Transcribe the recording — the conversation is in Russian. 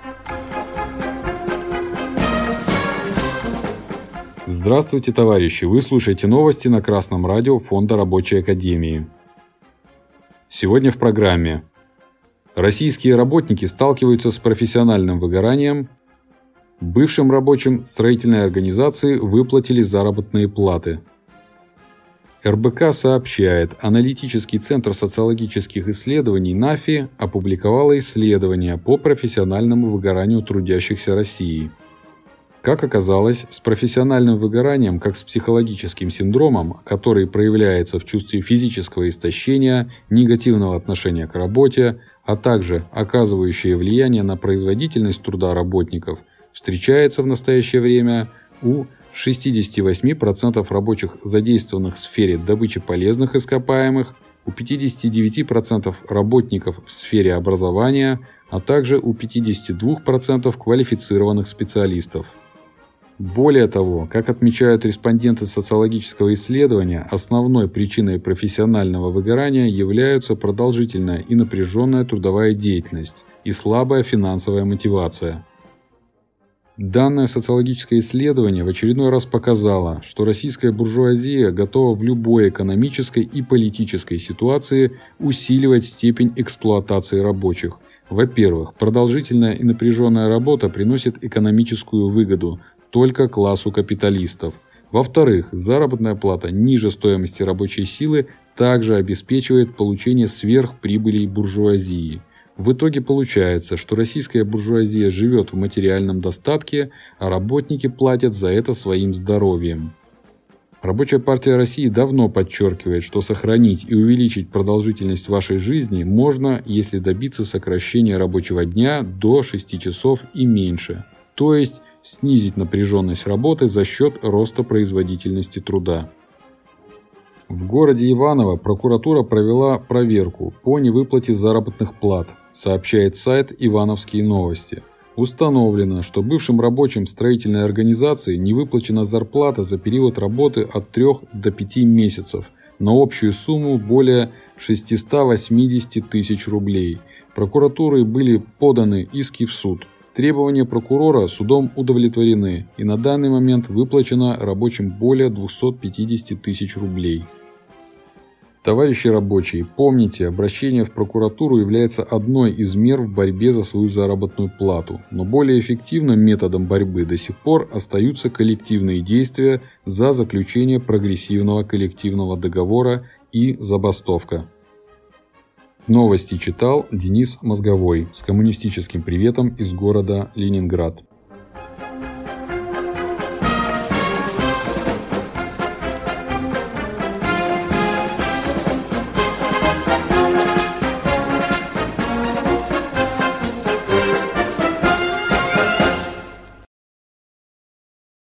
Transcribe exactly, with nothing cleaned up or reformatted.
Здравствуйте, товарищи! Вы слушаете новости на Красном радио Фонда Рабочей Академии. Сегодня в программе. Российские работники сталкиваются с профессиональным выгоранием. Бывшим рабочим строительной организации выплатили заработные платы. эр бэ ка сообщает, аналитический центр социологических исследований НАФИ опубликовал исследование по профессиональному выгоранию трудящихся России. Как оказалось, с профессиональным выгоранием, как с психологическим синдромом, который проявляется в чувстве физического истощения, негативного отношения к работе, а также оказывающее влияние на производительность труда работников, встречается в настоящее время у шестьдесят восемь процентов рабочих, задействованных в сфере добычи полезных ископаемых, у пятьдесят девять процентов работников в сфере образования, а также у пятьдесят два процента квалифицированных специалистов. Более того, как отмечают респонденты социологического исследования, основной причиной профессионального выгорания являются продолжительная и напряженная трудовая деятельность и слабая финансовая мотивация. Данное социологическое исследование в очередной раз показало, что российская буржуазия готова в любой экономической и политической ситуации усиливать степень эксплуатации рабочих. Во-первых, продолжительная и напряженная работа приносит экономическую выгоду только классу капиталистов. Во-вторых, заработная плата ниже стоимости рабочей силы также обеспечивает получение сверхприбылей буржуазии. В итоге получается, что российская буржуазия живет в материальном достатке, а работники платят за это своим здоровьем. Рабочая партия России давно подчеркивает, что сохранить и увеличить продолжительность вашей жизни можно, если добиться сокращения рабочего дня до шести часов и меньше, то есть снизить напряженность работы за счет роста производительности труда. В городе Иваново прокуратура провела проверку по невыплате заработных плат, сообщает сайт «Ивановские новости». Установлено, что бывшим рабочим строительной организации не выплачена зарплата за период работы от трёх до пяти месяцев на общую сумму более шестьсот восемьдесят тысяч рублей. Прокуратурой были поданы иски в суд. Требования прокурора судом удовлетворены, и на данный момент выплачено рабочим более двухсот пятидесяти тысяч рублей. Товарищи рабочие, помните, обращение в прокуратуру является одной из мер в борьбе за свою заработную плату, но более эффективным методом борьбы до сих пор остаются коллективные действия за заключение прогрессивного коллективного договора и забастовка. Новости читал Денис Мозговой с коммунистическим приветом из города Ленинград.